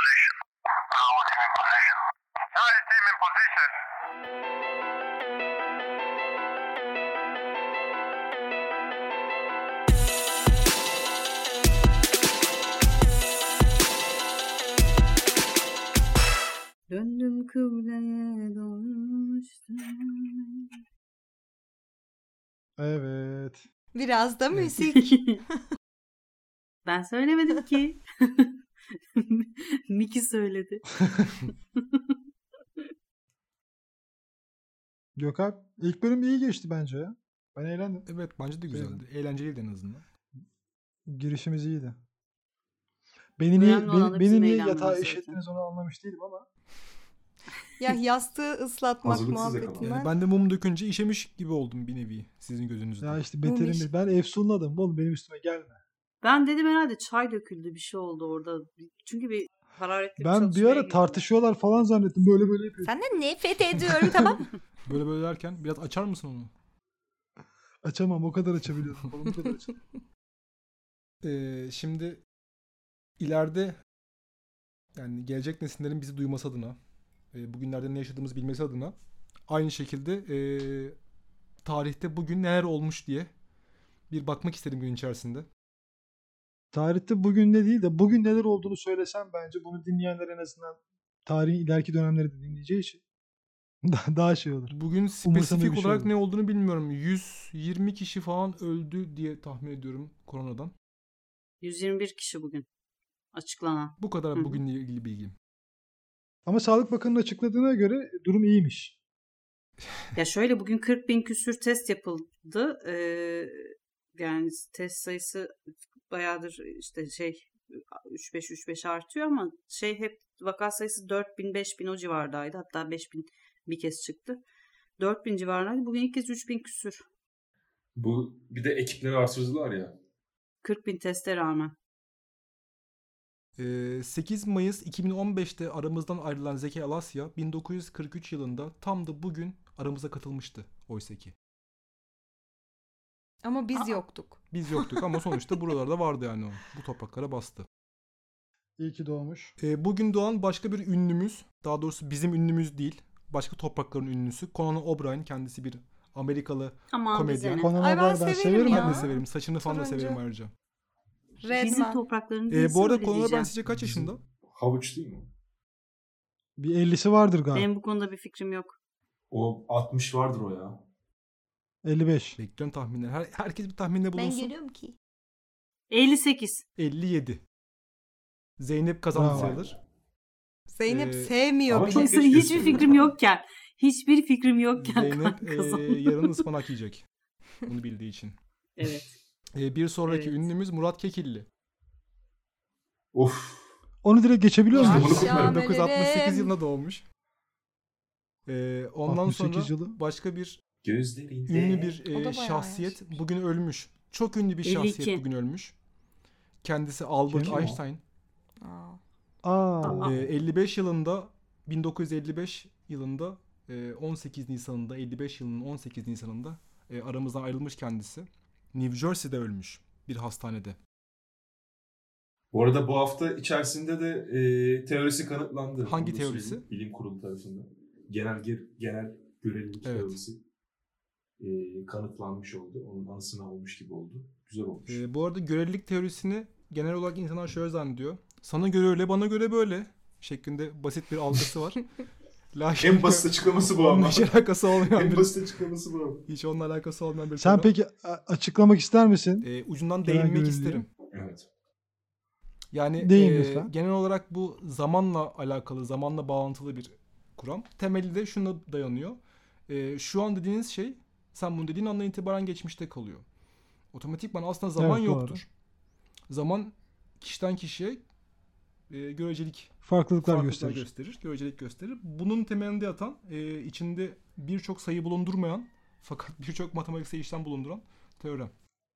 Döndüm kıbleye dolmuştum. Evet. Biraz da müzik. Ben söylemedim ki. Miki söyledi. Gökalp ilk bölüm iyi geçti bence ya. Ben eğlendim. Evet bence de güzeldi. Eğlenceliydi en azından. Girişimiz iyiydi. Beni Önemli olan da bizim niye eğlenmemiz yatağa zaten. eşettiniz onu anlamış değilim ama. Ya yastığı ıslatmak Hazırlıksız muhabbetinden. Ben de mum dökünce işemiş gibi oldum bir nevi sizin gözünüzde. Ya işte beterin ben Efsun'un adamım oğlum benim üstüme gelme. Ben dedim herhalde çay döküldü bir şey oldu orada. Çünkü bir hararetli Ben bir çalışmaya ara girdim. tartışıyorlar falan zannettim böyle yapıyor. Senden nefret ediyorum tamam. Böyle derken biraz açar mısın onu? Açamam o kadar açabiliyorum. Oğlum, o kadar açamam. Şimdi ileride yani gelecek nesillerin bizi duyması adına bugünlerde ne yaşadığımızı bilmesi adına aynı şekilde tarihte bugün neler olmuş diye bir bakmak istedim gün içerisinde. Tarihte bugün ne değil de bugün neler olduğunu söylesem bence bunu dinleyenler en azından tarihin ileriki dönemleri de dinleyeceği için daha şey olur. Bugün Umursamıyor spesifik bir şey olarak olur. ne olduğunu bilmiyorum. 120 kişi falan öldü diye tahmin ediyorum koronadan. 121 kişi bugün açıklanan. Bu kadar Hı hı. bugünle ilgili bilgim. Ama Sağlık Bakanı'nın açıkladığına göre durum iyiymiş. Ya şöyle bugün 40.000 küsür test yapıldı. Yani test sayısı bayağıdır işte 3-5 artıyor ama hep vaka sayısı 4.000-5.000 o civardaydı. Hatta 5.000 bir kez çıktı. 4.000 civarındaydı. Bugün ilk kez 3.000 küsür. Bu bir de ekipleri artırdılar ya. 40.000 teste rağmen. 8 Mayıs 2015'te aramızdan ayrılan Zeki Alasya 1943 yılında tam da bugün aramıza katılmıştı oysa ki. Ama biz yoktuk. Biz yoktuk ama sonuçta buralarda vardı yani o. Bu topraklara bastı. İyi ki doğmuş. Bugün doğan başka bir ünlümüz, daha doğrusu bizim ünlümüz değil, başka toprakların ünlüsü Conan O'Brien, kendisi bir Amerikalı Aman komedyen. bize ne? Conan Ay ben O'Brien severim ya. Ben de severim, saçını falan da Turuncu. severim ayrıca. Bizim Redman. toprakların değilse Bu arada öyle Conan O'Brien diyeceğim. sizce kaç yaşında? Havuç değil mi? Bir 50'si vardır galiba. Benim bu konuda bir fikrim yok. O 60 vardır o ya. 55. Bekliyorum tahminler. Herkes bir tahminde Ben bulunsun. görüyorum ki. 58. 57. Zeynep kazandı Bravo. sayılır. Zeynep Ee, sevmiyor ama bile. çok- Hiçbir gösteriyor. fikrim yokken. Hiçbir fikrim yokken Zeynep kazandı. yarın ıspanak yiyecek. Bunu bildiği için. Evet. Bir sonraki Evet. ünlümüz Murat Kekilli. Of. Onu direkt geçebiliyor İşte muyuz? bunu kutlarım. 1968 yılında doğmuş. Ondan 68 sonra yılı. başka bir Gözlerinde. ünlü bir O da bayağı şahsiyet yaşmış. bugün ölmüş. Çok ünlü bir şahsiyet 52. bugün ölmüş. Kendisi Albert Kim o? Einstein. Aa. Aa. 55 yılında 1955 yılında 18 Nisan'ında 55 yılının 18 Nisan'ında aramızdan ayrılmış kendisi. New Jersey'de ölmüş bir hastanede. Bu arada bu hafta içerisinde de teorisi kanıtlandı. Hangi Onu da teorisi? söyleyeyim, Bilim kurulu tarafından. Genel görelilik Evet. teorisi kanıtlanmış oldu. Onun anısına olmuş gibi oldu. Güzel olmuş. Bu arada görelilik teorisini genel olarak insanlar şöyle zannediyor. Sana göre öyle, bana göre böyle şeklinde basit bir algısı var. Lakin En basit açıklaması bu onunla ama. hiç alakası olmayan En bir, basit açıklaması bu. hiç onunla alakası olmayan bir Sen konu. peki açıklamak ister misin? Ucundan Genel değinmek görelilik. isterim. Evet. Yani Değin lütfen. genel olarak bu zamanla alakalı, zamanla bağlantılı bir kuram. Temeli de şuna dayanıyor. Şu an dediğiniz şey, sen bunu dediğin andan itibaren geçmişte kalıyor. Otomatikman aslında zaman Evet, doğru. yoktur. Zaman kişiden kişiye görecelik Farklılıklar farklılıklar gösterir. gösterir, görecelik gösterir. Bunun temelinde yatan, içinde birçok sayı bulundurmayan fakat birçok matematiksel işlem bulunduran teorem.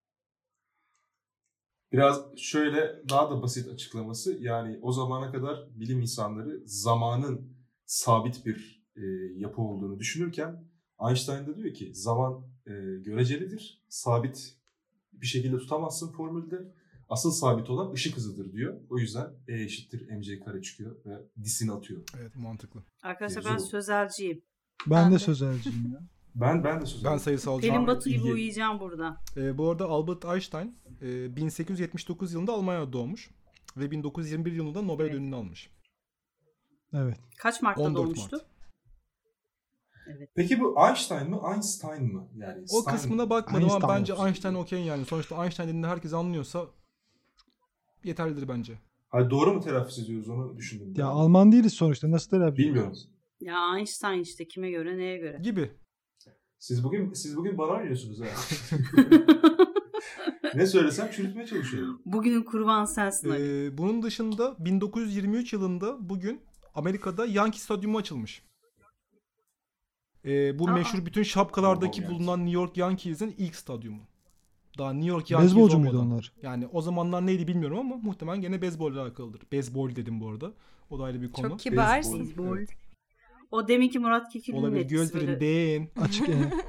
Biraz şöyle daha da basit açıklaması, yani o zamana kadar bilim insanları zamanın sabit bir yapı olduğunu düşünürken Einstein da diyor ki zaman görecelidir, sabit bir şekilde tutamazsın formülde asıl sabit olan ışık hızıdır diyor. O yüzden E eşittir mc kare çıkıyor ve disini atıyor. Evet, mantıklı. Arkadaşlar ben Mevzu bu. sözelciyim. Ben Ben de de. sözelciyim ya. Ben de söz Ben sayısalcıyım. Pelin Batu gibi ilgi. uyuyacağım burada. Bu arada Albert Einstein 1879 yılında Almanya'da doğmuş ve 1921 yılında Nobel Evet. ödülünü almış. Evet. Kaç Mart'ta 14 doğmuştu? Mart. Peki bu Einstein mı Einstein mı? Yani O Stein kısmına mi? bakmadım ama Einstein bence olsun. Einstein okey yani. Sonuçta Einstein dediğinde herkes anlıyorsa yeterlidir bence. Hayır, doğru mu telaffuz ediyoruz onu düşündüm. Ya Alman değiliz sonuçta. Nasıl telaffuz Bilmiyorum. ediyoruz? Ya Einstein işte kime göre neye göre. Gibi. Siz bugün bana oynuyorsunuz ha. Ne söylesem çürütmeye çalışıyorum. Bugünün kurban sensin Ali. Bunun dışında 1923 yılında bugün Amerika'da Yankee Stadyumu açılmış. Bu Aa. meşhur bütün şapkalardaki Tamam, bulunan New York Yankees'in ilk stadyumu. Daha New York Yankees Beyzbolcu muydu olmadan. onlar? Yani o zamanlar neydi bilmiyorum ama muhtemelen gene beyzbolle alakalıdır. Beyzbol dedim bu arada. O da ayrı bir konu. Çok kibarsın. Beyzbol. Evet. O deminki Murat Kekilli'nin Olabilir. etkisi Gözlerin böyle. değin. Açık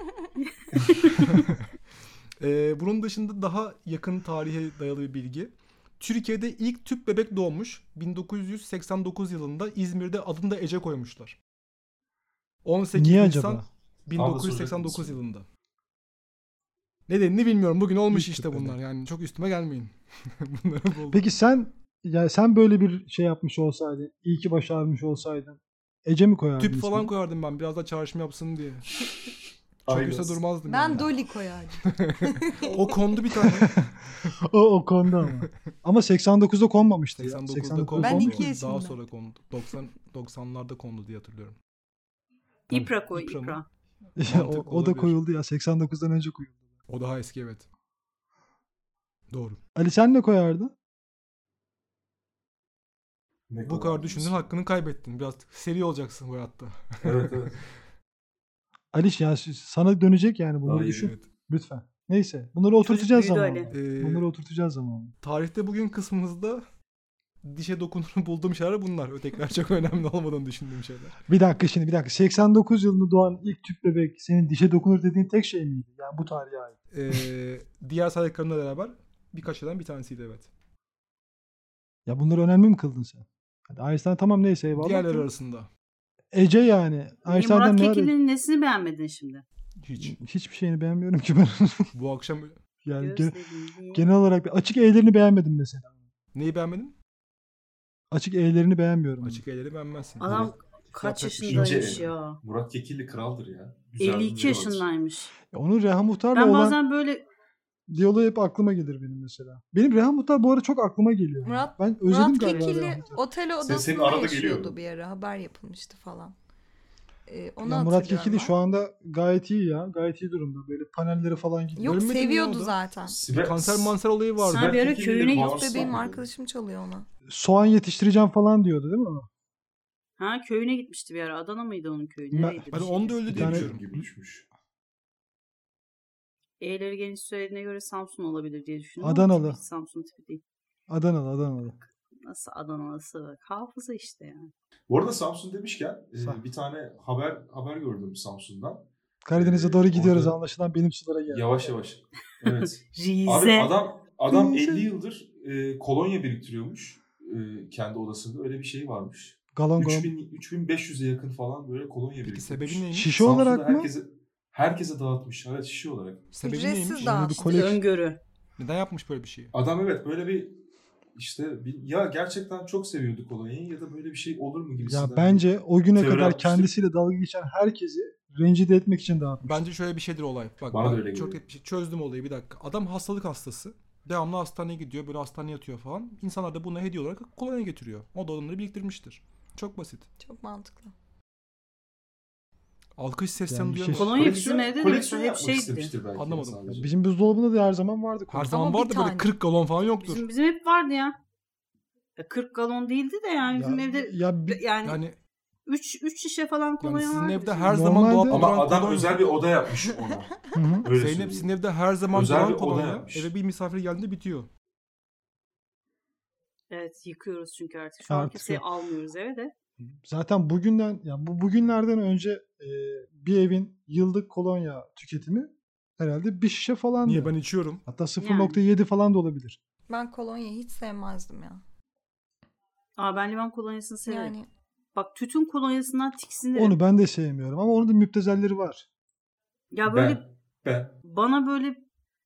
Bunun dışında daha yakın tarihe dayalı bir bilgi. Türkiye'de ilk tüp bebek doğmuş. 1989 yılında İzmir'de adını da Ece koymuşlar. 18 Niye Nisan acaba? 1989 yılında. Nedenini bilmiyorum. Bugün olmuş İlk işte tüp bunlar. bebek. Yani çok üstüme gelmeyin. Bunları buldum. Peki sen böyle bir şey yapmış olsaydın, iyi ki başarmış olsaydın, Ece mi koyardın Tüp falan ismini? koyardım ben. Biraz da çağrışım yapsın diye. Çok Aynen. üstte durmazdım. Ben yani. Dolly koyardım. O kondu bir tane. O konuda ama. Ama 89'da konmamıştı ya. 89'da 89'da kondu. Ben konmadı. 2 Daha yaşındayım. sonra kondu. 90'larda kondu diye hatırlıyorum. İpra koy İpra mı? İpra. Mantıklı o da olabilir. koyuldu ya. 89'dan önce koyuldu. O daha eski, evet. Doğru. Ali sen ne koyardın? Ne Bu kadar düşündün, hakkını kaybettin. Biraz seri olacaksın bu hayatta. Evet. Ali ya sana dönecek yani bunları Daha iyi, düşün. Evet. Lütfen. Neyse. Bunları oturtacağız büyüdü zamanla. Ali. Bunları oturtacağız zamanla. Tarihte bugün kısmımızda dişe dokunur bulduğum şeyler bunlar. Ötekiler çok önemli olmadığını düşündüğüm şeyler. Bir dakika. 89 yılında doğan ilk tüp bebek senin dişe dokunur dediğin tek şey miydi? Yani bu tarihe ait. Diğer saydıklarımla beraber birkaç şeyden bir tanesiydi, evet. Ya bunları önemli mi kıldın sen? Hadi Einstein tamam neyse eyvallah. Diğerleri arasında. Ece yani. Niye Einstein'dan Murat ne arıyor? Kekilli'nin nesini beğenmedin şimdi? Hiç. Hiçbir şeyini beğenmiyorum ki ben. Bu akşam Yani Gözlerini- genel olarak açık E'lerini beğenmedim mesela. neyi beğenmedin? Açık E'lerini beğenmiyorum. Açık elleri beğenmezsin. Adam kaç Yapacak bir şey yok. yaşındaymış İnce. ya? Murat Kekilli kraldır ya. Güzel 52 bir vardır. yaşındaymış. Onun Reha Muhtar'la Ben olan bazen böyle diyaloğu hep aklıma gelir benim mesela. Benim Reha Muhtar bu arada çok aklıma geliyor. Murat- Ben özledim Murat galiba Reha Kekilli Muhtar'ı. otel Senin odasında arada yaşıyordu geliyor. bir ara. Haber yapılmıştı falan. Onu Ya Murat hatırlıyorum Kekilli ben. şu anda gayet iyi ya. Gayet iyi durumda. Böyle panellere falan gidiyor. Yok, Ölmedi mi seviyordu ya o da? zaten. Kanser manser olayı vardı. Sen bir ara Kekilli köyüne bağımsız git Bebeğim sanki. arkadaşım çalıyor ona. Soğan yetiştireceğim falan diyordu değil mi o? ha köyüne gitmişti bir ara. Adana mıydı onun köyü? Ben- Nereydi? Ben Bir şey. onu da öldü Bir diye tane- biliyorum. gibi düşmüş. E'leri geniş söylediğine göre Samsun olabilir diye düşünüyorum. Adanalı. Ama hiç Samsun tipi değil. Adanalı. Nasıl Adanalısı bak. Hafıza işte yani. Bu arada Samsun demişken Sağ. bir tane haber gördüm Samsun'dan. Karadeniz'e doğru gidiyoruz orada- anlaşılan benim sulara geldi. Yavaş. Evet. Abi Rize. adam Rize. 50 yıldır kolonya biriktiriyormuş kendi odasında. Öyle bir şey varmış. Galon 3500'e yakın falan böyle kolonya Peki biriktirmiş. sebebi neymiş? Şişe Samsun'da olarak mı? herkese dağıtmış. Evet, şişe olarak. Sebebi Ücretsiz neymiş? daha. Onu bir İşte kolek- Öngörü. Neden yapmış böyle bir şeyi? Adam evet böyle bir işte ya gerçekten çok seviyordu kolonyayı ya da böyle bir şey olur mu gibisinden. Ya bence o güne Teori kadar atmıştır. kendisiyle dalga geçen herkesi rencide etmek için dağıtmış. Bence şöyle bir şeydir olay. Bak Bana da ben öyle çok geliyor. net bir şey çözdüm olayı, bir dakika. Adam hastalık hastası. Devamlı hastaneye gidiyor, böyle hastaneye yatıyor falan. İnsanlar da buna hediye olarak kolonya getiriyor. O da onları biriktirmiştir. Çok basit. Çok mantıklı. Alkış seslerini Yani bir duyuyor şey- musun? Kolonya bizim evde de koleksiyon mesela hep yapmak şeydi. istemiştir belki Anlamadım. sadece. Bizim buzdolabında da her zaman vardı. Her kolonya. zaman bir vardı böyle tane. 40 galon falan yoktur. Bizim hep vardı ya. 40 galon değildi de yani bizim evde ya yani Yani 3 şişe falan kolonya sizin vardı. evde bizim. her zaman Normalde- dolapta Ama duran adam kolonya- özel bir oda yapmış ona. Hı hı. Öyle Zeynep, söyleyeyim. sizin evde her zaman Özel duran bir oda kolonya yapmış. eve bir misafir geldiğinde bitiyor. Evet, yıkıyoruz çünkü artık. Şu an Artık kimseyi yok. almıyoruz eve de. Zaten bugünlerden önce bir evin yıllık kolonya tüketimi herhalde bir şişe falandı. Niye ben içiyorum? Hatta 0.7 falan da olabilir. Ben kolonyayı hiç sevmezdim ya. Ben limon kolonyasını severim. Yani Bak tütün kolonyasından tiksinirim. Onu ben de sevmiyorum ama onun da müptezelleri var. Ya böyle Ben bana böyle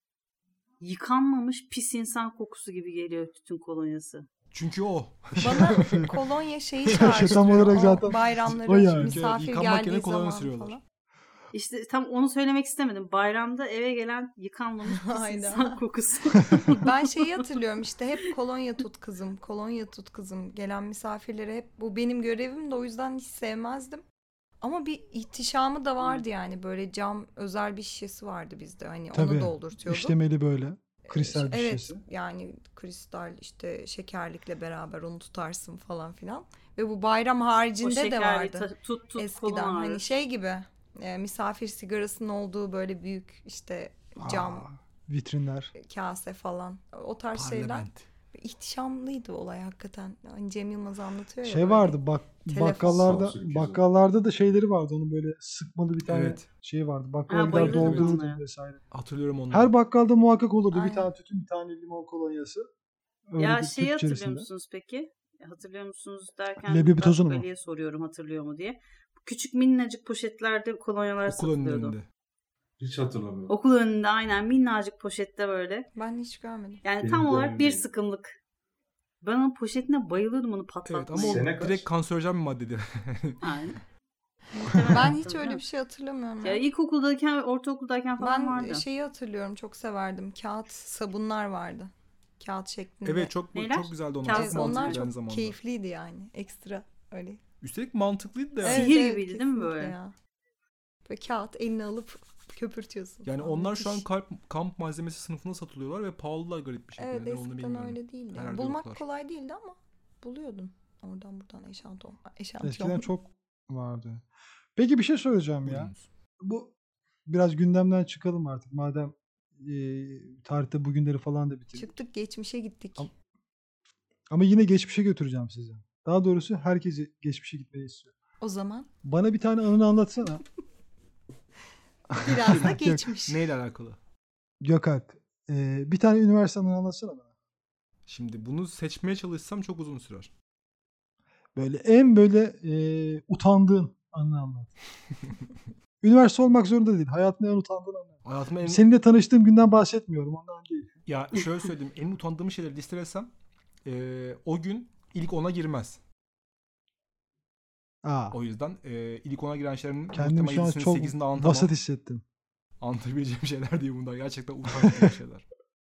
yıkanmamış pis insan kokusu gibi geliyor tütün kolonyası. Çünkü o. bana kolonya şeyi Tam çağrıştırıyor. olarak O zaten bayramları o yani. misafir Yıkanmak geldiği yerine kolonya zaman sürüyorlar. falan. İşte tam onu söylemek istemedim. Bayramda eve gelen yıkanmamış pis Hayda. insan kokusu. Ben şeyi hatırlıyorum işte hep kolonya tut kızım, kolonya tut kızım. Gelen misafirlere hep bu benim görevim de o yüzden hiç sevmezdim. Ama bir ihtişamı da vardı yani böyle cam özel bir şişesi vardı bizde hani Tabii. onu doldurtuyorduk. İşlemeli böyle. Kristal bir Evet şişesi. yani kristal işte şekerlikle beraber onu tutarsın falan filan. Ve bu bayram haricinde de vardı. Tut Eskiden kolon hani ağrır. şey gibi misafir sigarasının olduğu böyle büyük işte cam Vitrinler. kase falan o tarz şeyler. Parlament. İhtişamlıydı olay hakikaten. Hani Cem Yılmaz anlatıyor ya Şey böyle. vardı Telefon. Samsung bakkallarda da şeyleri vardı. Onun böyle sıkmalı bir tane Evet. şey vardı. Bakkala Ha, gider bayılırdım doldururdun onlara. vesaire. Hatırlıyorum onu. Her bakkalda muhakkak olurdu. Aynen. Bir tane tütün, bir tane limon kolonyası. Öyle Ya bir şeyi tüp hatırlıyor içerisinde. musunuz peki? Hatırlıyor musunuz derken Leblebi tozunu mu? Ali'ye soruyorum hatırlıyor mu diye. Küçük minnacık poşetlerde kolonyalar Okul satılıyordu. önünde. hiç hatırlamıyorum. Okul önünde aynen minnacık poşette böyle. Ben hiç görmedim. Yani Benim tam olarak dönemim bir değil. sıkımlık. Ben onun poşetine bayılırdım onu Evet patlatmaya. ama o Sene kaç? direkt kanserojen bir maddedir. Aynen. Ben hiç öyle bir şey hatırlamıyorum. Ya Ya. ilkokuldayken, ortaokuldayken falan Ben vardı. şeyi hatırlıyorum çok severdim. Kağıt sabunlar vardı. Kağıt şeklinde. Evet çok Neyler? çok güzeldi onlar. Kağıt Çok onlar mantıklıydı aynı çok zamanda. keyifliydi yani. Ekstra öyle. Üstelik mantıklıydı da yani. Sihir gibiydi değil mi kesinlikle böyle? ya. Böyle kağıt eline alıp köpürtüyorsun. Yani falan. onlar şu an Müthiş. kamp malzemesi sınıfına satılıyorlar ve pahalılar garip bir şekilde. Evet Ne olduğunu eskiden bilmiyorum. öyle değildi. Herhalde Bulmak yoklar. kolay değildi ama buluyordun. Oradan buradan eşantiyon. Eskiden çok vardı. Peki bir şey soracağım ya. Buyurunuz. Bu biraz gündemden çıkalım artık. Madem tarihte bugünleri falan da bitirdik. Çıktık geçmişe gittik. Ama yine geçmişe götüreceğim sizi. Daha doğrusu herkesi geçmişe gitmeyi istiyor. O zaman Bana bir tane anını anlatsana. biraz da Yok. geçmiş. Neyle alakalı? Gökalp. Bir tane üniversite anını anlatsana bana. Şimdi bunu seçmeye çalışsam çok uzun sürer. Böyle en böyle utandığın anını anlat. Üniversite olmak zorunda değil. Hayatında en utandığın anı. Hayatımda Seninle tanıştığım günden bahsetmiyorum. Ondan değil. Ya şöyle söyleyeyim. En utandığım şeyleri listelesem o gün ilk 10'a girmez. O yüzden ilk 10'a giren şeylerin Kendimi şu an muhtemelen çok 8'inde anlatamam. vasat hissettim. Anlatabileceğim şeyler değil bunlar. Gerçekten utandığım şeyler.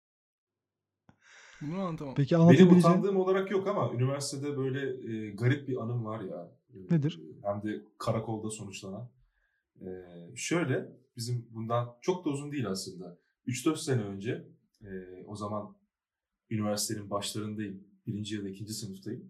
Bunu anlatamam. Peki Benim anlatabileceğin utandığım olarak yok ama üniversitede böyle garip bir anım var ya. nedir? Hem de karakolda sonuçlanan. Şöyle bizim bundan çok da uzun değil aslında. 3-4 sene önce o zaman üniversitenin başlarındayım. 1. ya da 2. sınıftayım.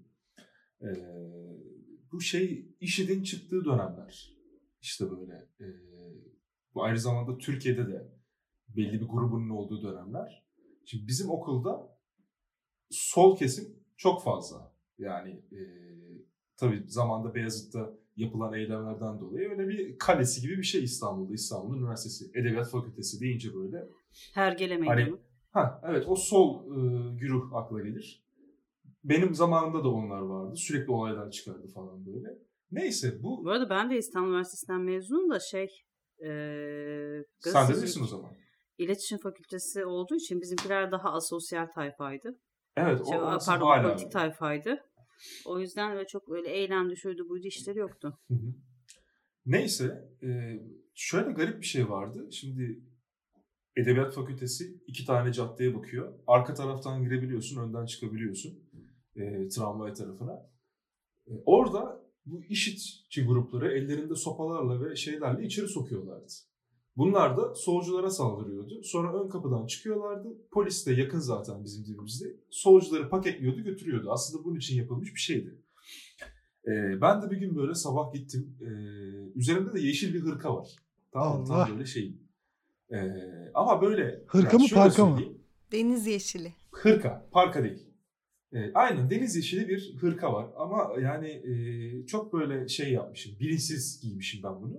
Bu IŞİD'in çıktığı dönemler. İşte böyle. Bu aynı zamanda Türkiye'de de belli bir grubunun olduğu dönemler. Şimdi bizim okulda sol kesim çok fazla. Yani tabii zamanda Beyazıt'ta yapılan eylemlerden dolayı öyle bir kalesi gibi bir şey İstanbul Üniversitesi Edebiyat Fakültesi deyince böyle. Hergeleme Hani, eylemi. evet o sol güruh akla gelir. Benim zamanımda da onlar vardı. Sürekli olaylar çıkardı falan böyle. Neyse bu... Bu arada ben de İstanbul Üniversitesi'nden mezunum da Sen de gazetecilik, değilsin o zaman. İletişim Fakültesi olduğu için bizimkiler daha asosyal tayfaydı. Evet orası hala Politik öyle. tayfaydı. O yüzden öyle çok öyle eylemdi şuydu buydu işleri yoktu. Hı hı. Neyse şöyle garip bir şey vardı. Şimdi Edebiyat Fakültesi 2 tane caddeye bakıyor. Arka taraftan girebiliyorsun, önden çıkabiliyorsun. Tramvay tarafına. Orada bu IŞİD'ci grupları ellerinde sopalarla ve şeylerle içeri sokuyorlardı. Bunlar da solculara saldırıyordu. Sonra ön kapıdan çıkıyorlardı. Polis de yakın zaten bizim dibimizde. Solcuları paketliyordu, götürüyordu. Aslında bunun için yapılmış bir şeydi. Ben de bir gün böyle sabah gittim. Üzerimde de yeşil bir hırka var. Tamam mı? Allah. Tam böyle şeyim. Ama böyle... Hırka mı, şöyle parka mı? söyleyeyim. Deniz yeşili. Hırka, parka değil. Aynen deniz yeşili bir hırka var. Ama yani çok böyle şey yapmışım. Bilinçsiz giymişim ben bunu.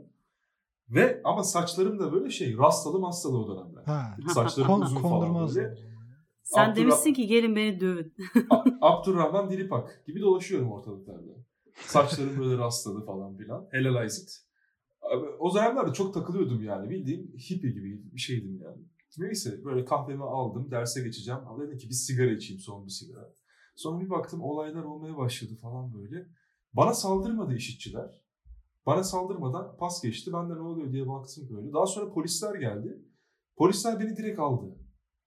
Ama saçlarım da böyle rastalı o dönemler. Ha. Saçlarım uzun falan Kondurmaz. böyle. Sen demişsin ki gelin beni dövün. Abdurrahman Dilipak gibi dolaşıyorum ortalıklarda. Saçlarım böyle rastladı falan filan. Helalize it. O zamanlarda çok takılıyordum yani. Bildiğim hippie gibi bir şeydim yani. Neyse böyle kahvemi aldım. Derse geçeceğim. Dedim ki bir sigara içeyim, son bir sigara. Sonra bir baktım olaylar olmaya başladı falan böyle. Bana saldırmadı IŞİD'çiler. Bana saldırmadan pas geçti. Ben de ne oluyor diye baktım böyle. Daha sonra polisler geldi. Polisler beni direkt aldı.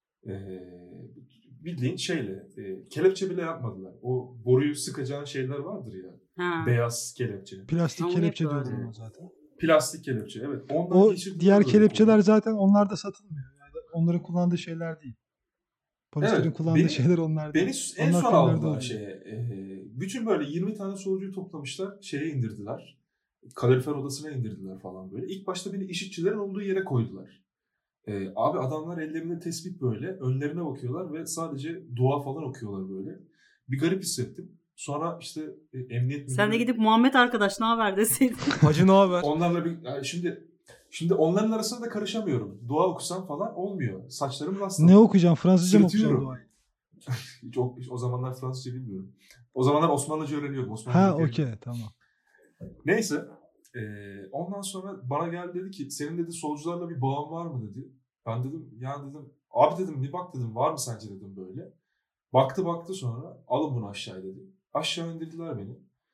Bildiğin kelepçe bile yapmadılar. O boruyu sıkacağın şeyler vardır ya. Ha. Beyaz kelepçe. Plastik Onu kelepçe yapıyorlar. diyorlar ona zaten. Plastik kelepçe, evet. Ondan O geçirdiler diğer böyle kelepçeler kolu. zaten onlarda satılmıyor. Yani onların kullandığı şeyler değil. Polislerin Evet, kullandığı şeyler onlar değil. Beni en Onlar son filmlerde aldılar oluyor. bütün böyle 20 tane solcuyu toplamışlar. Şeye indirdiler. Kalorifer odasına indirdiler falan böyle. İlk başta beni IŞİD'çilerin olduğu yere koydular. Abi adamlar ellerinde tespit böyle. Önlerine bakıyorlar ve sadece dua falan okuyorlar böyle. Bir garip hissettim. Sonra işte emniyet Sen de müdürü... gidip Muhammed arkadaş ne haber deseydin. Hacı ne haber? Onlarla yani şimdi onların arasında da karışamıyorum. Dua okusam falan olmuyor. Saçlarım rastladı. Ne okuyacağım? Fransızca mı okuyacağım Sırıtıyorum. duayı? O zamanlar Fransızca bilmiyorum. O zamanlar Osmanlıca öğreniyorum. Ha okey tamam. Neyse. Ondan sonra bana geldi dedi ki senin dedi solcularla bir bağın var mı dedi. Ben dedim ya dedim abi dedim bir bak dedim var mı sence dedim böyle. Baktı sonra alın bunu aşağıya dedi. Aşağı indirdiler beni.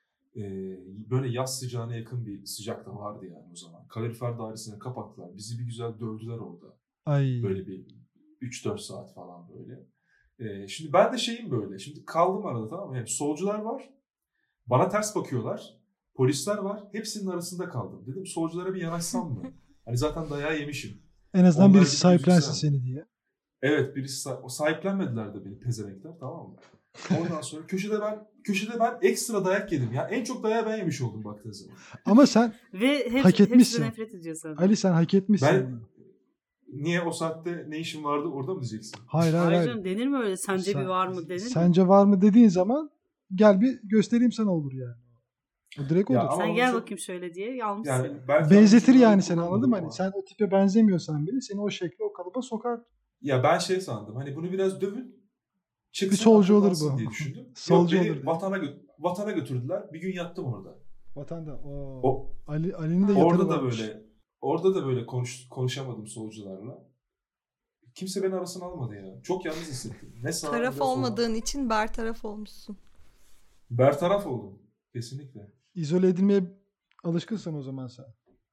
Böyle yaz sıcağına yakın bir sıcak da vardı yani o zaman. Kalorifer dairesini kapattılar. Bizi bir güzel dövdüler orada. Ay. Böyle bir 3-4 saat falan böyle. Şimdi ben de şeyim böyle. Şimdi kaldım arada tamam mı? Yani solcular var. Bana ters bakıyorlar. Polisler var. Hepsinin arasında kaldım. Dedim solculara bir yanaşsam mı? Hani zaten dayağı yemişim. En azından Onlar birisi gibi sahiplensin gözüksem. seni diye. Evet birisi sahiplenmediler de beni pezevenkler tamam mı? Ondan sonra köşede ben ekstra dayak yedim. Ya en çok dayağı ben yemiş oldum baktığın zaman. Ama sen Ve hak hepsi etmişsin. nefret ediyor sana. Ali sen hak etmişsin. Ben niye o saatte ne işin vardı orada mı diyeceksin? Hayır. Canım, denir mi öyle? Sence bir var mı denir mi? Sence var mı dediğin zaman gel bir göstereyim sana olur yani. O direkt Ya olur. ama Sen gel çok- bakayım şöyle diye almış Yani seni. belki Benzetir anlaşılmadan yani seni anladın mı? kullanmadım Hani ama. sen o tipe benzemiyorsan bile seni o şekle o kalıba sokar. Ya ben şey sandım hani bunu biraz dövün. Çıksın, Bir solcu olur akıllansın bu. diye düşündüm. Solcu Yok, olur beni diye. vatana götürdüler. Bir gün yattım orada. Vatanda. O, Ali'nin de orada yatırı da varmış. böyle konuşamadım solcularla. Kimse beni arasına almadı ya. Çok yalnız hissettim. Ne sağ ne Taraf sol. olmadığın için bertaraf olmuşsun. Bertaraf oldum. Kesinlikle. İzole edilmeye alışkınsın o zaman sen.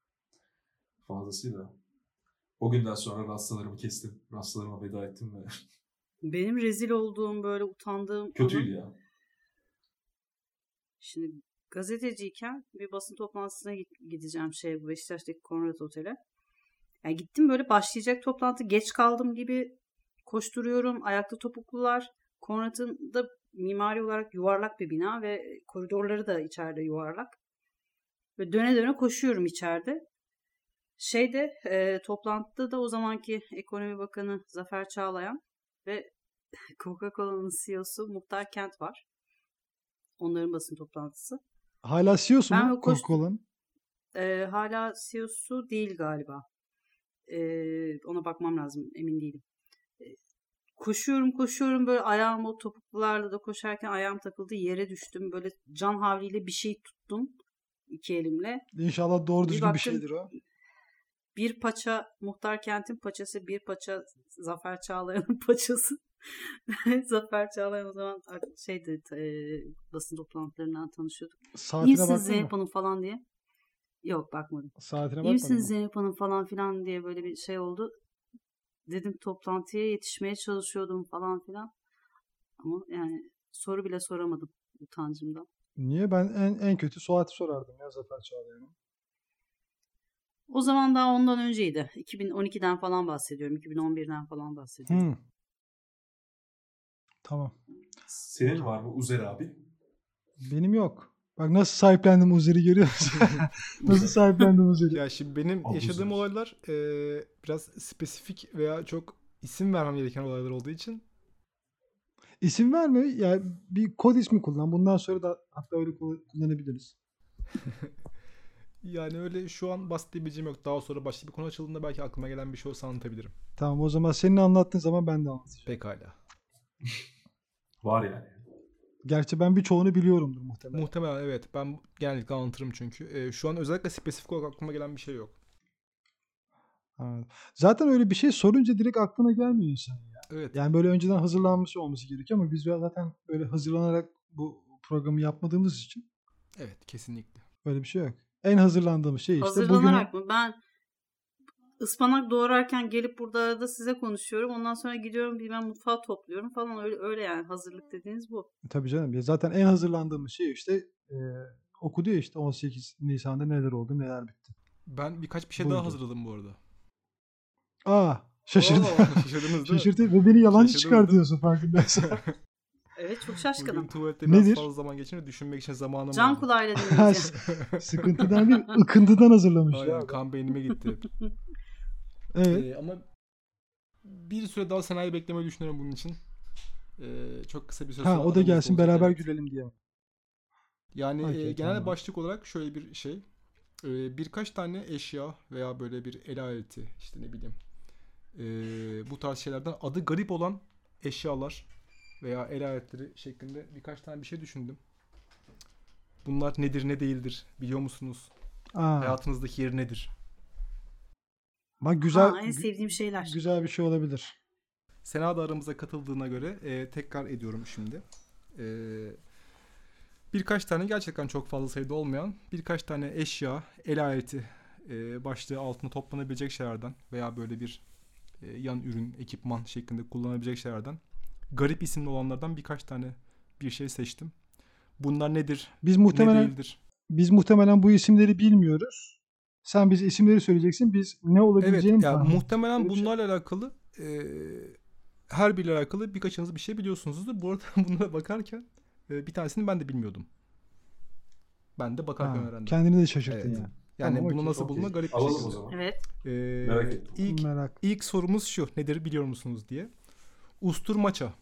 Fazlasıyla. O günden sonra rastalarımı kestim. Rastalarıma veda ettim ve Benim rezil olduğum böyle utandığım kötüydü anım, ya. şimdi gazeteciyken bir basın toplantısına gideceğim bu Beşiktaş'taki Konrad Otel'e. Yani gittim böyle başlayacak toplantı geç kaldım gibi koşturuyorum. Ayaklı topuklular. Konrad'ın da mimari olarak yuvarlak bir bina ve koridorları da içeride yuvarlak. Ve döne döne koşuyorum içeride. Toplantıda da o zamanki Ekonomi Bakanı Zafer Çağlayan ve Coca-Cola'nın CEO'su Muhtar Kent var. Onların basın toplantısı. Hala CEO'su Ben mu o koştum. Coca-Cola'nın? Hala CEO'su değil galiba. Ona bakmam lazım. Emin değilim. Koşuyorum böyle ayağım o topuklularla da koşarken ayağım takıldı. Yere düştüm. Böyle can havliyle bir şey tuttum. İki elimle. İnşallah doğru düzgün bir baktım, şeydir o. Bir paça Muhtar Kent'in paçası, bir paça Zafer Çağlayan'ın paçası. Zafer Çağlayan o zaman basın toplantılarından tanışıyorduk. İyi Saatine misiniz baktın mı? Zeynep Hanım falan diye. Yok bakmadım. Saatine İyi bakmadın misiniz mı? Zeynep Hanım falan filan diye böyle bir şey oldu. Dedim toplantıya yetişmeye çalışıyordum falan filan. Ama yani soru bile soramadım utancımdan. Niye? Ben en kötü Suat'ı sorardım ya Zafer Çağlayan'a. O zaman daha ondan önceydi. 2012'den falan bahsediyorum. 2011'den falan bahsediyorum. Tamam. Senin var mı Uzer abi? Benim yok. Bak nasıl sahiplendim Uzer'i görüyor musun? Nasıl sahiplendim Uzer'i? Ya şimdi benim Abi yaşadığım güzel. olaylar biraz spesifik veya çok isim vermem gereken olaylar olduğu için İsim verme. Ya bir kod ismi kullan. Bundan sonra da hatta öyle kullanabiliriz. yani öyle şu an bahsedebileceğim yok. Daha sonra başka bir konu açıldığında belki aklıma gelen bir şey olsa anlatabilirim. Tamam o zaman senin anlattığın zaman ben de anlatacağım. Pekala. Var yani. Gerçi ben birçoğunu biliyorumdur muhtemelen. Muhtemelen evet. Ben genellikle anlatırım çünkü. Şu an özellikle spesifik olarak aklıma gelen bir şey yok. Evet. Zaten öyle bir şey sorunca direkt aklına gelmiyor insan. Evet. Yani böyle önceden hazırlanmış olması gerekiyor ama biz zaten böyle hazırlanarak bu programı yapmadığımız için Evet, kesinlikle. öyle bir şey yok. En hazırlandığımız şey işte Hazırlanarak mı? Ben ıspanak doğrarken gelip burada arada size konuşuyorum. Ondan sonra gidiyorum bilmem mutfağı topluyorum falan. Öyle yani hazırlık dediğiniz bu. Tabii canım. Ya zaten en hazırlandığımız şey işte okudu ya işte 18 Nisan'da neler oldu neler bitti. Ben birkaç bir şey Buydu. daha hazırladım bu arada. Şaşırdı. Şaşırdınız değil mi? Şaşırdı ve beni yalancı Şaşırdınız çıkartıyorsun farkındaysan. Evet çok şaşkınım. Bugün tuvalette biraz Nedir? fazla zaman geçince düşünmek için zamanım Can oldu. kulağıyla dinleyeceğim. Sıkıntıdan değil, ıkıntıdan hazırlamış Aynen, ya. kan beynime gitti. Evet. Ama bir süre daha senaryo beklemeyi düşünüyorum bunun için. Çok kısa bir süre sonra Ha o da aramızda gelsin olacak, beraber evet. gülelim diye. Yani Okey, genel tamam. başlık olarak şöyle bir şey. Birkaç tane eşya veya böyle bir el aleti işte ne bileyim bu tarz şeylerden adı garip olan eşyalar veya el aletleri şeklinde birkaç tane bir şey düşündüm. Bunlar nedir ne değildir biliyor musunuz? Hayatınızdaki yeri nedir? Bak güzel En sevdiğim şeyler. güzel bir şey olabilir. Sena da aramıza katıldığına göre tekrar ediyorum şimdi. Birkaç tane gerçekten çok fazla sayıda olmayan birkaç tane eşya, el aleti başlığı altında toplanabilecek şeylerden veya böyle bir yan ürün, ekipman şeklinde kullanabilecek şeylerden garip isimli olanlardan birkaç tane bir şey seçtim. Bunlar nedir? Biz Ne muhtemelen değildir? bu isimleri bilmiyoruz. Sen bize isimleri söyleyeceksin. Biz ne Evet, olabileceğini ya tahmin muhtemelen Böyle bir şey. bunlarla alakalı her biriyle alakalı birkaçınız bir şey biliyorsunuzdur. Bu arada bunlara bakarken bir tanesini ben de bilmiyordum. Ben de bakarken öğrendim. Kendini de şaşırttın Evet. yani. Yani Tamam, bunu okey, nasıl okey. bulma garip bir Alalım şekilde. o zaman. Evet. Merak ettim. Merak. İlk sorumuz şu. Nedir biliyor musunuz diye. Usturmaça.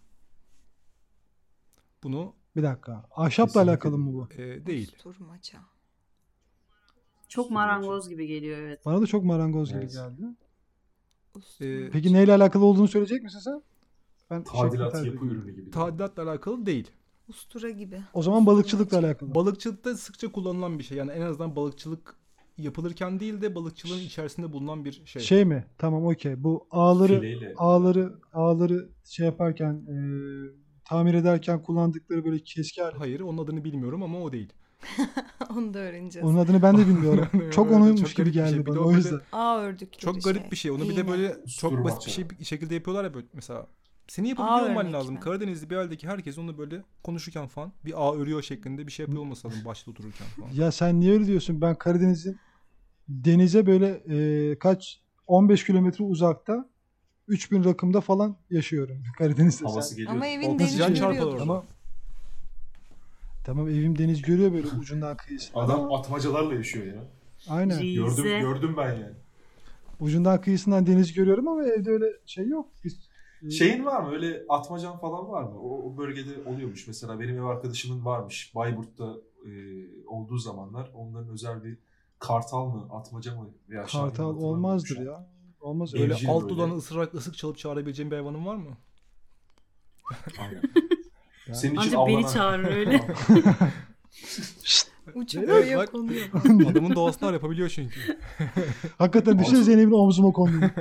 Bunu Bir dakika. Ahşapla Kesinlikle alakalı mı bu? değil. Usturmaça. Çok marangoz gibi geliyor evet. Bana da çok marangoz gibi Evet. geldi. Usturmaça. Peki neyle alakalı olduğunu söyleyecek misin sen? Ben Tadilat, şeklini yapı ürünü gibi. Tadilatla alakalı değil. Ustura gibi. O zaman balıkçılıkla alakalı. Balıkçılıkta sıkça kullanılan bir şey. Yani en azından balıkçılık yapılırken değil de balıkçılığın içerisinde bulunan bir şey. Şey mi? Tamam okey. Bu Fileyle. ağları şey yaparken tamir ederken kullandıkları böyle keski alet. Hayır, onun adını bilmiyorum ama o değil. Onu da öğreneceğiz. Onun adını ben de bilmiyorum. Çok Evet, onunmuş çok gibi garip bir şey. geldi Bir de bana o o böyle- yüzden. Ağ ördükleri Çok garip bir şey. Onu bir de İğne. böyle çok Usturmaça. basit bir şekilde yapıyorlar ya böyle mesela. Seni Ağ yapabiliyor olman örmek lazım. mi? Karadenizli bir haldeki herkes onu böyle konuşurken falan bir ağ örüyor şeklinde bir şey yapıyor olması lazım başta otururken falan. Ya sen niye öyle diyorsun? Ben Karadeniz'in denize böyle 15 kilometre uzakta 3000 rakımda falan yaşıyorum Karadeniz'de. Havası geliyor. Ama evin O deniz sıcak çarpar görüyordur. orada. Tamam evim deniz görüyor böyle ucundan kıyısından. Adam atmacalarla yaşıyor ya. Aynen. Rize. Gördüm ben yani. Ucundan kıyısından deniz görüyorum ama evde öyle şey yok. Şeyin var mı? Öyle atmacan falan var mı? O bölgede oluyormuş. Mesela benim ev arkadaşımın varmış. Bayburt'ta olduğu zamanlar onların özel bir kartal mı, atmaca mı veya şahin mi Kartal hatırlamıyorum olmazdır şu an. ya. Olmaz Evcil öyle. Böyle alt böyle. dudağını ısırarak ısık çalıp çağırabileceğin bir hayvanın var mı? Aynen. Ya. Senin için Ancak beni avlanan. çağırır öyle. Uçup Evet, oraya bak. konuyor. Adamın doğasını yapabiliyor çünkü. Hakikaten düşünsene Zeynep'in omzuma konduğunu.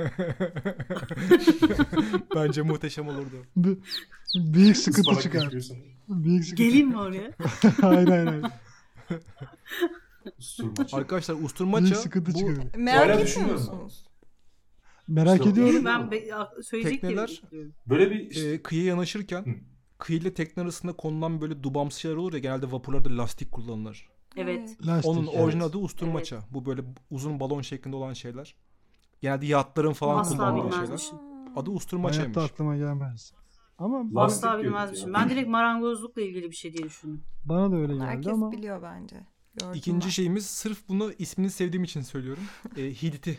Bence muhteşem olurdu. Büyük sıkıntı Ispanak çıkar. yapıyorsun. Büyük sıkıntı. Geleyim mi oraya? Hayır. Usturmaça. Arkadaşlar Büyük usturmaça sıkıntı bu çıkar. Merak Hala etmiyor düşünüyorum musunuz? Merak İşte o- ediyorum. Değil Ben mi? söyleyecek diye Tekneler- bekliyorum. Böyle bir işte, kıyıya yanaşırken Hı. kıyı ile tekne arasında konulan böyle dubamsı şeyler olur ya genelde vapurlarda lastik kullanılır. Evet. Lastik. Onun evet. orijinal adı usturmaça. Bu böyle uzun balon şeklinde olan şeyler. Genelde yatların falan Asla kullandığı bilmezmişim. şeyler. Adı usturmaçaymış. Hayatta aklıma gelmez. Ama Lastik Asla diyoruz bilmezmişim. ya. Ben direkt marangozlukla ilgili bir şey diye düşündüm. bana da öyle geldi Herkes ama biliyor bence. Gördüm İkinci ben. şeyimiz sırf bunu ismini sevdiğim için söylüyorum. Hilti.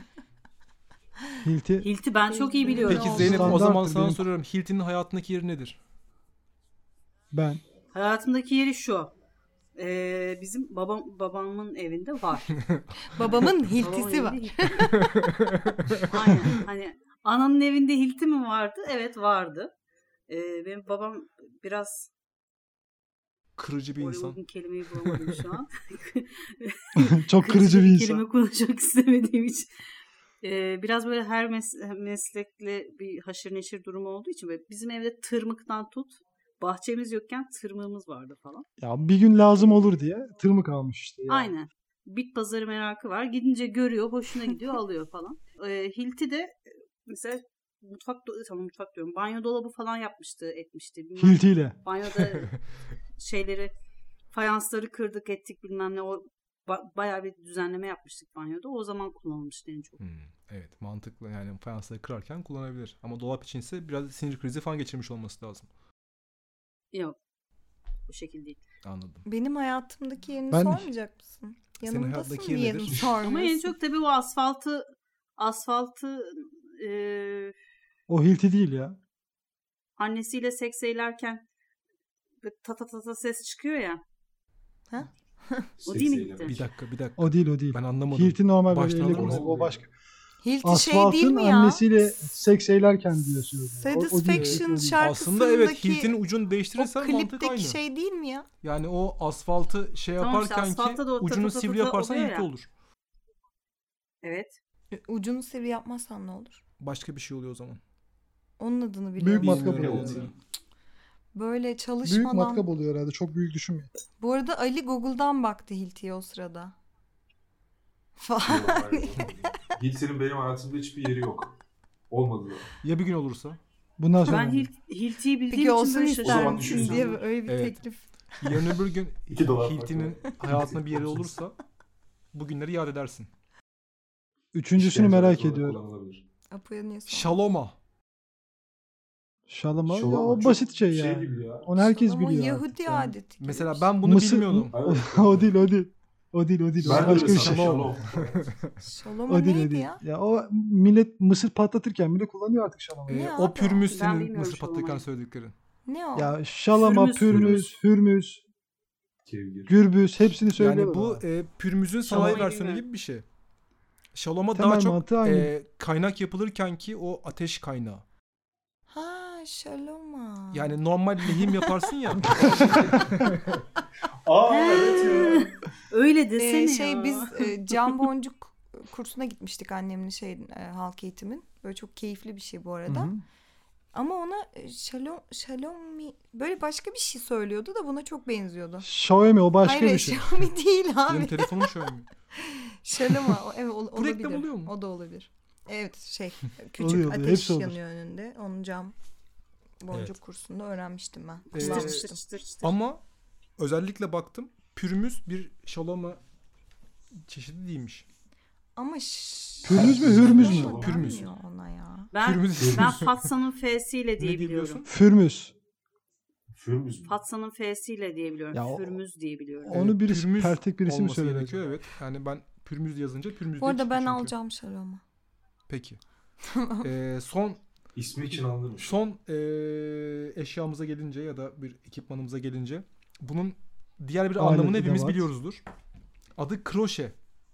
Hilti Hilti ben çok iyi biliyorum. Peki oldu? Zeynep o zaman Standarttır sana benim. soruyorum. Hilti'nin hayatındaki yeri nedir? ben. Hayatımdaki yeri şu. Bizim babamın evinde var. Babamın Babamın hiltisi var. evinde Aynen. Hani ananın evinde hilti mi vardı? Evet vardı. Benim babam biraz Kırıcı bir oraya insan. uygun kelimeyi bulamadım şu an. Çok kırıcı bir insan. kelime konuşmak istemediğim için. Biraz böyle her meslekle bir haşır neşir durumu olduğu için böyle bizim evde tırmıktan tut, bahçemiz yokken tırmığımız vardı falan. Ya bir gün lazım olur diye tırmık almış işte. Yani. Aynen. Bit pazarı merakı var. Gidince görüyor, hoşuna gidiyor, alıyor falan. Hilti de mesela mutfak diyorum. Banyo dolabı falan etmişti. Bilmem, Hiltiyle. banyoda şeyleri, fayansları kırdık ettik bilmem ne. O bayağı bir düzenleme yapmıştık banyoda. O zaman kullanılmıştı en çok. Evet, mantıklı. Yani fayansları kırarken kullanabilir. Ama dolap içinse biraz sinir krizi falan geçirmiş olması lazım. Yok. Bu şekilde değil. Anladım. Benim hayatımdaki yerini Ben- sormayacak mısın? Senin Yanımdasın hayatındaki diye yer yerini nedir? sormuyorsun. Ama en çok tabii o asfaltı O Hilti değil ya. annesiyle seks eylerken böyle ta ta ta ses çıkıyor ya. Ha? O değil mi Seks gitti? eylemi. Bir dakika. O değil o değil. Ben anlamadım. Hilti normal böyle Baştan elle alır mısın? o başka. Hilti şey değil Asfaltın mi ya? annesiyle seks eylerken diyor söylüyor. Satisfaction O değil. şarkısındaki Aslında evet, Hilti'nin ucunu o değiştirirsen mantık klipteki aynı. şey değil mi ya? Yani o asfaltı Tamam işte, yaparken asfaltta ki da o ucunu tı tı tı sivri tı yaparsan oluyor Hilti ya. olur. Evet. Ucunu sivri yapmazsan ne olur? Başka bir şey oluyor o zaman. Onun adını biliyor Büyük musun? matkap Bilmiyorum oluyor. yani. Böyle Büyük çalışmadan. matkap oluyor herhalde. Çok büyük düşünmeyin. Bu arada Ali Google'dan baktı Hilti'ye o sırada. Falan. Yok, hayır. Hilti'nin benim hayatımda hiçbir yeri yok. Olmadı da. Ya bir gün olursa? Bundan sonra. Ben Hilti'yi bildiğim Peki için olsun böyle O ister zaman misin düşünsün. diye öyle bir Evet. teklif. Yarın öbür gün $2 Hilti'nin hayatında bir yeri olursa bu günleri yad edersin. Üçüncüsünü İşkence merak olarak ediyorum. kullanılabilir. Apo'ya niye sordun? Şaloma. Şalama. Ya, Şalama o çok basit şey ya. gibi ya. Onu herkes Ama biliyor Yahudi artık. Yani. adeti gibi Mesela bir şey. ben bunu bilmiyordum. Evet. O değil. O değil. O Ben de başka bir öyle şey. sandım. Şaloma O değil. neydi ya? Ya o millet mısır patlatırken bile kullanıyor artık şalamayı. Ne O abi? pürmüz Ben senin bilmiyorum mısır patlatırken şalamayı. söylediklerin. Ne o? Ya şalama, Hürmüz, hürmüz, Kevgir. gürbüz hepsini söylüyorlar. Yani bu ama. pürmüzün Şalamayı sanayi versiyonu bilmiyorum. gibi bir şey. Şaloma Temel daha çok mantığı aynı. kaynak yapılırken ki o ateş kaynağı. Ha şaloma. Yani normal lehim yaparsın ya. Evet ya. Öyle desene Şey ya. biz cam boncuk kursuna gitmiştik annemle halk eğitimin. Böyle çok keyifli bir şey bu arada. Hı hı. Ama ona şalomi böyle başka bir şey söylüyordu da buna çok benziyordu. Xiaomi o başka Hayır bir şey. Xiaomi değil Benim abi. telefonum şöyle mi? Şaloma. Evet Bu reklam olabilir. oluyor mu? O da olabilir. Evet küçük Oluyor. ateş Hepsi olur. yanıyor önünde. Onun cam boncuk Evet. kursunda öğrenmiştim ben. Çıtır Kullanmıştım. çıtır çıtır çıtır. Ama özellikle baktım. Pürmüz bir şaloma çeşidi değilmiş. Ama Pürmüz mü, hürmüz mü? şaloma Pürmüz. denmiyor ona ya. Ben Fatsa'nın F'siyle diye Ne biliyorum. diyorsun? Fürmüz. Fürmüz mü? Fatsa'nın F'siyle diye biliyorum. Ya Fürmüz diye biliyorum. Onu birisi pürmüz pertek birisi mi olması söyledi? gerekiyor, evet. Yani ben pürmüz yazınca pürmüz Bu diye arada çıktı ben çünkü. alacağım şaloma. Peki. Son İsmi için alınmış. eşyamıza gelince ya da bir ekipmanımıza gelince bunun diğer bir Alet, anlamını hepimiz edevat. biliyoruzdur. Adı kroşe.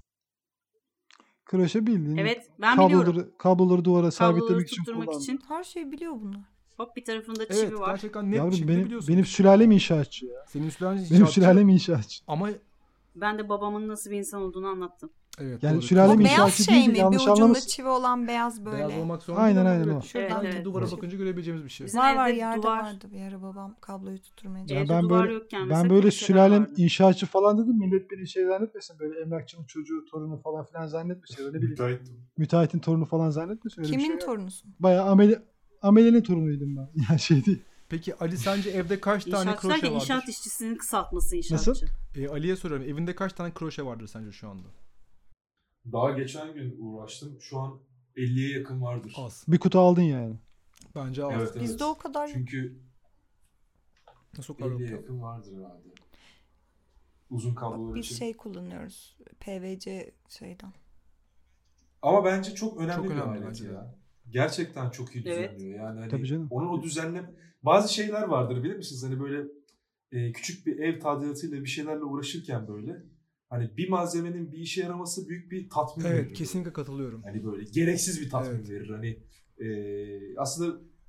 Kroşe bildiğin. Evet ben biliyorum. Kabloları duvara Kabloları sabitlemek için tutturmak kullandı. için. Her şeyi biliyor bunlar. Hop bir tarafında Evet, çivi var. gerçekten net bir Yavrum şekilde benim biliyorsun. sülalem inşaatçı ya. Senin sülalem Benim inşaatçı sülalem inşaatçı. ama Ben de babamın nasıl bir insan olduğunu anlattım. evet, Yani doğru. sülalem O beyaz inşaatçı şey değil, mi? Bir yanlış ucunda anlamasın. çivi olan beyaz böyle. Beyaz olmak zorunda Aynen, değil ama aynen evet, o. şuradan Evet, evet. duvara Evet. bakınca görebileceğimiz bir şey. Bizim Var evde yerde duvar- vardı bir ara babam kabloyu tutturmaya Evet. çalıştı. Ya Evde ben duvar böyle yokken mesela ben böyle kroşeler sülalem vardı. inşaatçı falan dedim, millet beni şey zannetmesin, böyle emlakçının çocuğu, torunu falan filan zannetmesin, öyle bir Müteahhittim. müteahhitin torunu falan zannetmesin, öyle bir Kimin şey yok. torunusun? Bayağı amelenin torunuydum ben. Yani şey değil. Peki Ali, sence evde kaç tane İnşaatçı kroşe derken vardır? inşaat işçisinin kısaltması inşaatçı. Nasıl? Ali'ye soruyorum. Evinde kaç tane kroşe vardır sence şu anda? Daha geçen gün uğraştım. Şu an 50'ye yakın vardır. Az. Bir kutu aldın yani. Bence az. Evet, evet. Bizde o kadar yok. Çünkü Nasıl o kadar 50'ye yok? yakın vardır herhalde. Uzun kablolar Biz için. şey kullanıyoruz. PVC şeyden. Ama bence çok önemli Çok bir önemli alet bence de. ya. Gerçekten çok iyi Evet. düzenliyor. Yani hani Tabii canım. onun o bazı şeyler vardır bilir misiniz? Hani böyle küçük bir ev tadilatıyla bir şeylerle uğraşırken böyle hani bir malzemenin bir işe yaraması büyük bir tatmin verir. Evet, kesinlikle katılıyorum. Hani böyle gereksiz bir tatmin Evet. verir. Hani aslında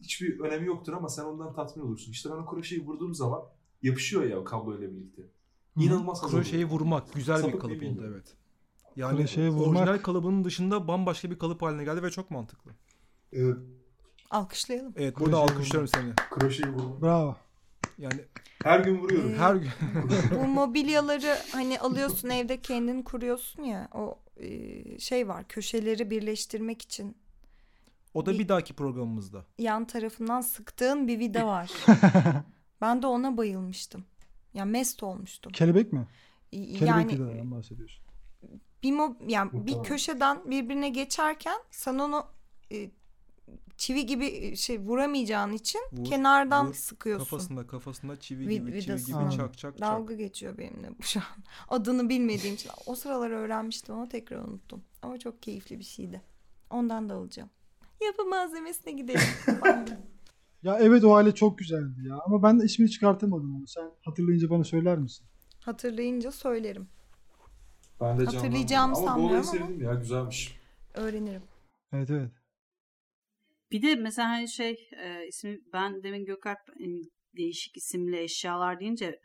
hiçbir önemi yoktur ama sen ondan tatmin olursun. İşte ben o kroşeyi vurduğum zaman yapışıyor ya o kabloyla birlikte. İnanılmaz haz Kroşeyi alıyorum. vurmak güzel bir Sapık kalıp bir oldu, bilgi. evet. Yani Kroşeyi orijinal vurmak- kalıbının dışında bambaşka bir kalıp haline geldi ve çok mantıklı. Evet, Alkışlayalım. Evet, burada Kroşeyi alkışlıyorum seni. kroşeyi vurmak. Bravo. Yani Her gün vuruyorum. her gün Bu mobilyaları hani alıyorsun evde kendin kuruyorsun ya, o şey var, köşeleri birleştirmek için o da bir dahaki programımızda. yan tarafından sıktığın bir vida var. Ben de ona bayılmıştım. Ya mest olmuştum. Kelebek mi? Kelebek Yani vidalarından bahsediyorsun. yani bir Muhtemelen. köşeden birbirine geçerken sen onu çivi gibi vuramayacağın için Vur, kenardan vur, sıkıyorsun. Kafasında çivi Vi- gibi vidasına. çak çak çak. Dalga geçiyor benimle bu şu an. Adını bilmediğim için. O sıralar öğrenmiştim ama tekrar unuttum. Ama çok keyifli bir şeydi. Ondan da alacağım. Yapı malzemesine gidelim. Ya evet, o alet çok güzeldi ya. Ama ben de ismini çıkartamadım onu. Sen hatırlayınca bana söyler misin? Hatırlayınca söylerim. Ben de Hatırlayacağımı canlandım. Ama bu olayı sanmıyorum ama. sevdim ya, güzelmiş. Öğrenirim. Evet evet. Bir de mesela hani ismi, ben demin Gökalp değişik isimli eşyalar deyince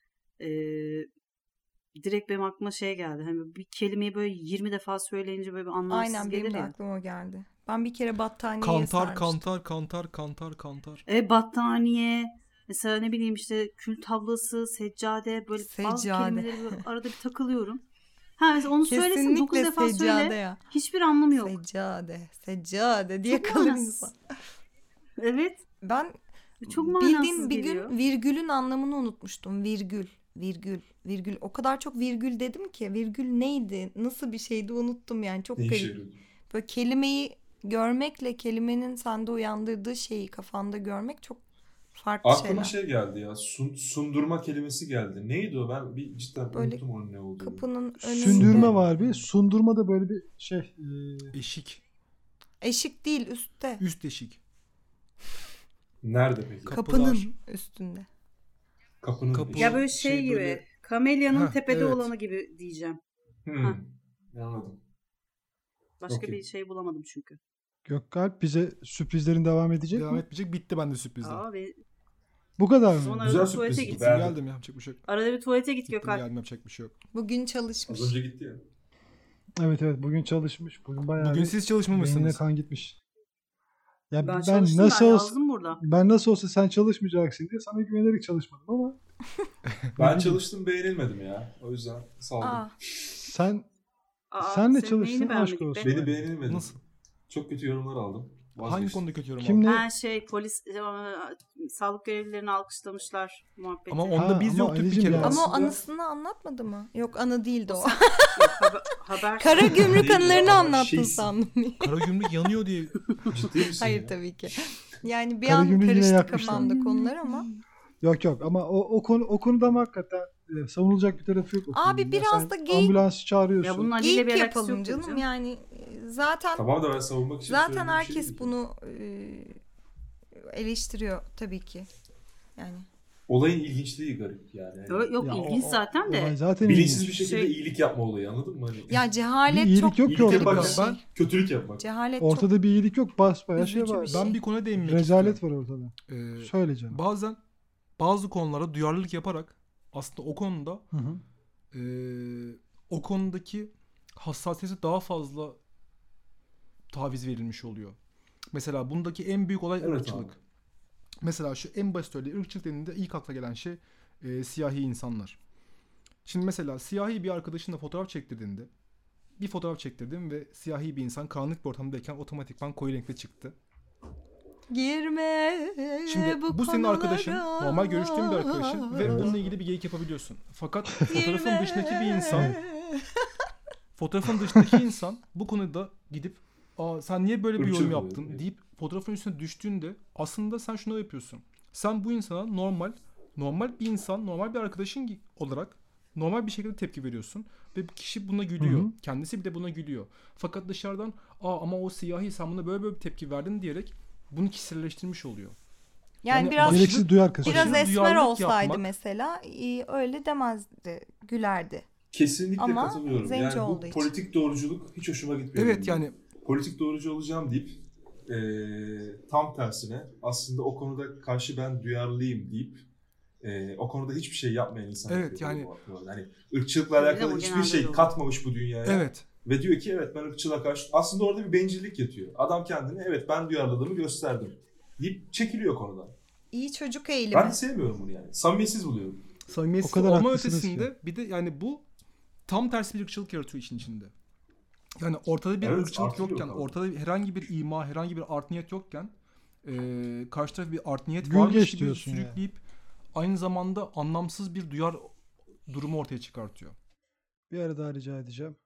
direkt benim aklıma geldi. Hani bir kelimeyi böyle 20 defa söyleyince böyle bir anlamsız Aynen, gelir benim de ya. aklıma geldi. Ben bir kere battaniyeye Kantar sarmıştım. kantar. Battaniye, mesela ne bileyim işte kül tablası, seccade, böyle bazı Seccade. kelimeleri böyle arada bir takılıyorum. Ha mesela onu söylesin 9 Kesinlikle defa seccade söyle. ya. Hiçbir anlamı yok. Seccade diye Çok kalır manasız. insan. Evet. Ben Çok manasız bildiğin bir geliyor. gün virgülün anlamını unutmuştum. Virgül. O kadar çok virgül dedim ki, virgül neydi? Nasıl bir şeydi unuttum yani. Çok Ne işe garip. yarıyordu? Böyle kelimeyi görmekle kelimenin sende uyandırdığı şeyi kafanda görmek çok farklı Aklıma şeyler. geldi ya. Sundurma kelimesi geldi. Neydi o? Ben bir cidden Böyle unuttum onun ne olduğunu. Kapının önünde. Sündürme var bir. Sundurma da böyle bir Eşik. Eşik değil, üstte. Üst eşik. Nerede peki? Kapılar. Kapının üstünde. Kapının Kapı- Ya böyle Şey gibi. böyle- Kamelyanın Heh, tepede evet. olanı gibi diyeceğim. Hmm. Anladım. Başka Okey. bir şey bulamadım çünkü. Gökalp bize sürprizlerin devam edecek Devam mi? etmeyecek. Bitti bende sürprizler. Aa, Bu kadar Sonra mı? Güzel arada tuvalete sürpriz. git. Ben- Geldim ya, yapacak bir şey yok. Arada bir tuvalete git Gittim Gökalp. geldim, yapacak bir şey yok. Bugün çalışmış. Az önce gitti ya. Evet evet, bugün çalışmış. Bugün bayağı Bugün bir siz beynine çalışmamışsınız. kan gitmiş. Ya Ben çalıştım, nasıl ben olsa yazdım burada. ben nasıl olsa sen çalışmayacaksın diye sana güvenerek çalışmadım ama Ben çalıştım, beğenilmedim ya. O yüzden saldım. Aa, sen Aa, Sen de senin çalıştın, neyini aşk beğenmedik be? olsun. Beni beğenilmedi. Nasıl? Çok kötü yorumlar aldım. Hangi Vazgeçtim. konuda kötü yorum Kimle? aldın? Ha polis sağlık görevlilerini alkışlamışlar muhabbeti. Ama onda Ha, biz ama yoktuk bir Ali'cim kere. ya- ama o aslında- anısını anlatmadı mı? Yok, anı değildi o. Yok, haber. Kara gümrük Değil anılarını ya, anlattın şeysin. sandım. Karagümrük yanıyor diye. Ciddi misin Hayır ya? tabii ki. Yani bir Kara an gümrüğü yine karıştı yakmışlar. kafamda konular ama. Yok ama o konuda ama hakikaten savunulacak bir tarafı yok. o Abi konunun. biraz Sen da geyik- ambulansı çağırıyorsun. Ya bunun Ali ile bir Geyik alakası yapalım yok canım. canım. Yani zaten Tamam da ben savunmak için zaten söylediğim bir şey herkes değil. bunu eleştiriyor tabii ki. Yani Olayın ilginçliği garip yani. Yok Ya ilginç zaten de. olay zaten Bilinçsiz ilginç. bir şekilde Şey- iyilik yapma olayı, anladın mı? Hani ya Bir cehalet iyilik çok yok ki iyilik ortada. yaparken şey. ben kötülük yapmak. Cehalet çok Ortada bir iyilik yok. Basbayağı şey üzücü var. bir şey. Ben bir konuya değinmek Rezalet istiyorum. var ortada. Ee, Söyle canım. Bazen bazı konulara duyarlılık yaparak aslında o konuda Hı hı. o konudaki hassasiyete daha fazla taviz verilmiş oluyor. Mesela bundaki en büyük olay Evet ırkçılık. abi. Mesela şu en basit örneği, ırkçılık dediğinde ilk akla gelen şey siyahi insanlar. Şimdi mesela siyahi bir arkadaşınla fotoğraf çektirdiğinde, bir fotoğraf çektirdim ve siyahi bir insan karanlık bir ortamdayken otomatikman koyu renkli çıktı. girme. Şimdi bu senin arkadaşın, konulara. normal görüştüğün bir arkadaşın ve bununla ilgili bir geyik yapabiliyorsun. Fakat fotoğrafın Girme. dışındaki bir insan, fotoğrafın dışındaki insan bu konuda gidip sen niye böyle bir Irkçı yorum oluyor, yaptın evet. deyip fotoğrafın üstüne düştüğünde aslında sen şunu yapıyorsun. Sen bu insana normal bir insan, normal bir arkadaşın olarak normal bir şekilde tepki veriyorsun ve kişi buna gülüyor. Hı hı. Kendisi bile buna gülüyor. Fakat dışarıdan ama o siyahi, sen buna böyle bir tepki verdin diyerek bunu kişiselleştirmiş oluyor. Yani Yani biraz Gereksiz duyar kasıyor. biraz aşırı esmer duyarlılık olsaydı yapmak- mesela öyle demezdi, gülerdi. Kesinlikle Ama katılıyorum. zenci Yani bu olduğu için. politik doğruculuk hiç hoşuma gitmiyor. Evet benim. yani Politik doğrucu olacağım deyip tam tersine aslında o konuda karşı ben duyarlıyım deyip o konuda hiçbir şey yapmayan insan. Evet, yani hani ırkçılıkla alakalı hiçbir şey katmamış bu dünyaya. Evet. Ve diyor ki evet ben ırkçılığa karşı, aslında orada bir bencillik yatıyor. Adam kendini evet ben duyarlılığımı gösterdim deyip çekiliyor konudan. İyi çocuk eğilimi. Ben de sevmiyorum bunu yani. Samimiyetsiz buluyorum. Samimiyetsiz O kadar olma haklısınız ötesinde ki. bir de yani bu tam tersi bir ırkçılık yaratıyor işin içinde. Yani ortada bir Evet, ırkçılık artırıyor yokken, tabii. ortada herhangi bir ima, herhangi bir art niyet yokken karşı taraf bir art niyet Gül varmış geç gibi diyorsun yani. sürükleyip aynı zamanda anlamsız bir duyar durumu ortaya çıkartıyor. Bir ara daha rica edeceğim.